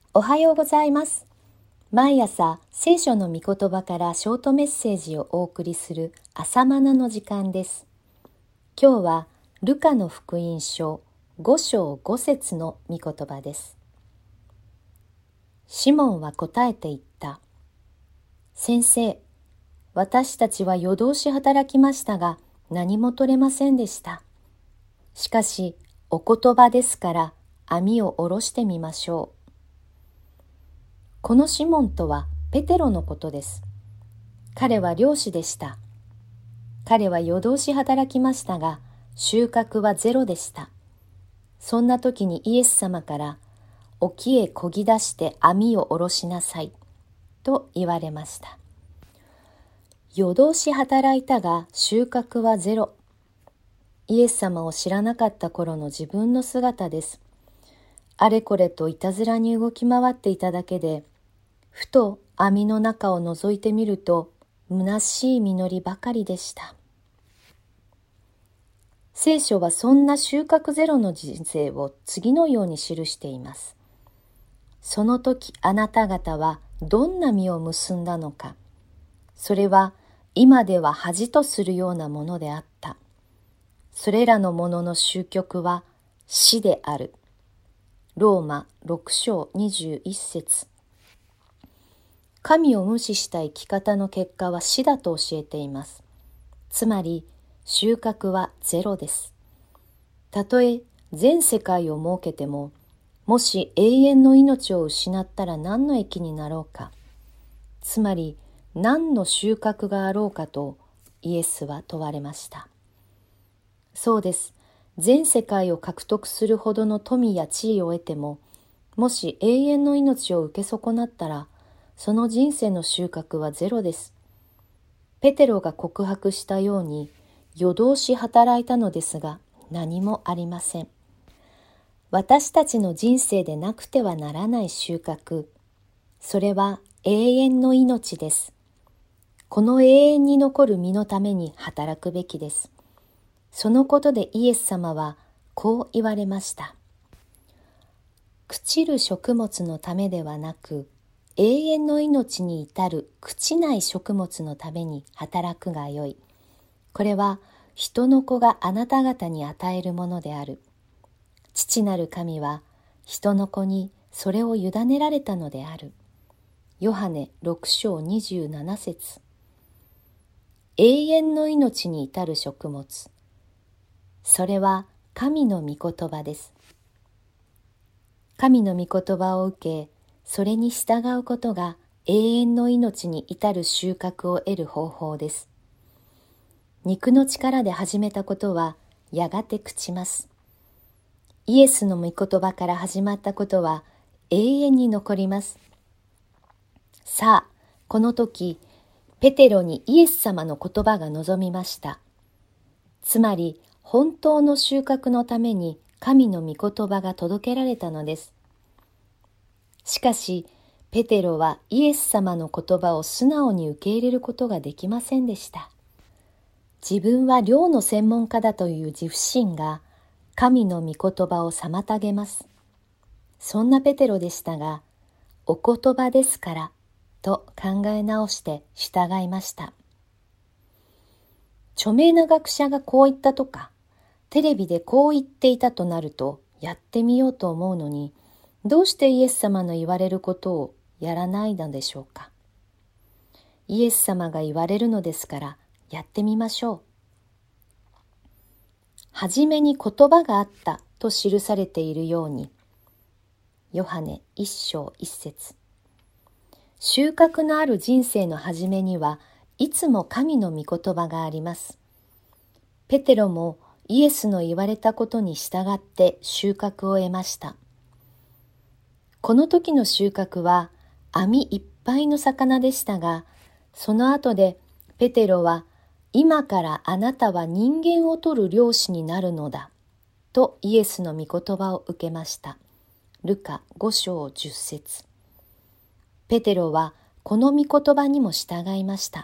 おはようございます。毎朝聖書の御言葉からショートメッセージをお送りする朝マナの時間です。今日はルカの福音書5章5節の御言葉です。シモンは答えて言った。先生、私たちは夜通し働きましたが何も取れませんでした。しかしお言葉ですから網を下ろしてみましょう。このシモンとはペテロのことです。彼は漁師でした。彼は夜通し働きましたが、収穫はゼロでした。そんな時にイエス様から、沖へ漕ぎ出して網を下ろしなさい、と言われました。夜通し働いたが収穫はゼロ。イエス様を知らなかった頃の自分の姿です。あれこれといたずらに動き回っていただけで、ふと網の中を覗いてみると、虚しい実りばかりでした。聖書はそんな収穫ゼロの人生を次のように記しています。その時あなた方はどんな実を結んだのか。それは今では恥とするようなものであった。それらのものの終局は死である。ローマ6章21節。神を無視した生き方の結果は死だと教えています。つまり収穫はゼロです。たとえ全世界を設けても、もし永遠の命を失ったら何の益になろうか。つまり何の収穫があろうかとイエスは問われました。そうです。全世界を獲得するほどの富や地位を得ても、もし永遠の命を受け損なったら、その人生の収穫はゼロです。ペテロが告白したように、夜通し働いたのですが、何もありません。私たちの人生でなくてはならない収穫、それは永遠の命です。この永遠に残る身のために働くべきです。そのことでイエス様はこう言われました。朽ちる食物のためではなく、永遠の命に至る朽ちない食物のために働くがよい。これは人の子があなた方に与えるものである。父なる神は人の子にそれを委ねられたのである。ヨハネ6章27節。永遠の命に至る食物。それは神の御言葉です。神の御言葉を受け、それに従うことが永遠の命に至る収穫を得る方法です。肉の力で始めたことはやがて朽ちます。イエスの御言葉から始まったことは永遠に残ります。さあ、この時、ペテロにイエス様の言葉が望みました。つまり、本当の収穫のために神の御言葉が届けられたのです。しかし、ペテロはイエス様の言葉を素直に受け入れることができませんでした。自分は漁の専門家だという自負心が神の御言葉を妨げます。そんなペテロでしたが、お言葉ですからと考え直して従いました。著名な学者がこう言ったとか、テレビでこう言っていたとなるとやってみようと思うのに、どうしてイエス様の言われることをやらないのでしょうか。イエス様が言われるのですからやってみましょう。はじめに言葉があったと記されているように、ヨハネ1章1節。収穫のある人生のはじめにはいつも神の御言葉があります。ペテロもイエスの言われたことに従って収穫を得ました。この時の収穫は網いっぱいの魚でしたが、その後でペテロは今からあなたは人間を取る漁師になるのだとイエスの御言葉を受けました。ルカ5章10節。ペテロはこの御言葉にも従いました。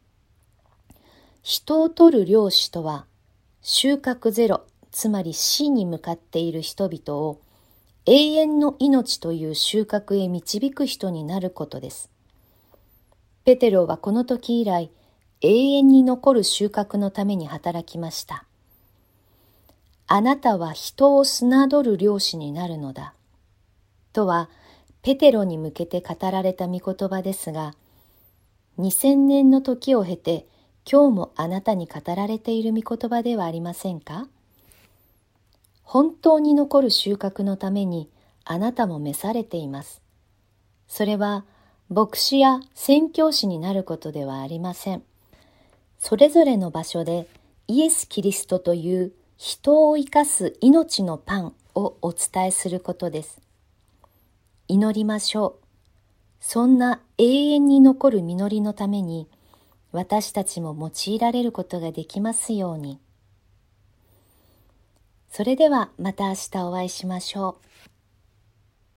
人を取る漁師とは収穫ゼロ、つまり死に向かっている人々を永遠の命という収穫へ導く人になることです。ペテロはこの時以来、永遠に残る収穫のために働きました。あなたは人を侮る漁師になるのだ。とは、ペテロに向けて語られた御言葉ですが、2000年の時を経て、今日もあなたに語られている御言葉ではありませんか？本当に残る収穫のためにあなたも召されています。それは牧師や宣教師になることではありません。それぞれの場所でイエス・キリストという人を生かす命のパンをお伝えすることです。祈りましょう。そんな永遠に残る実りのために私たちも用いられることができますように。それではまた明日お会いしましょう。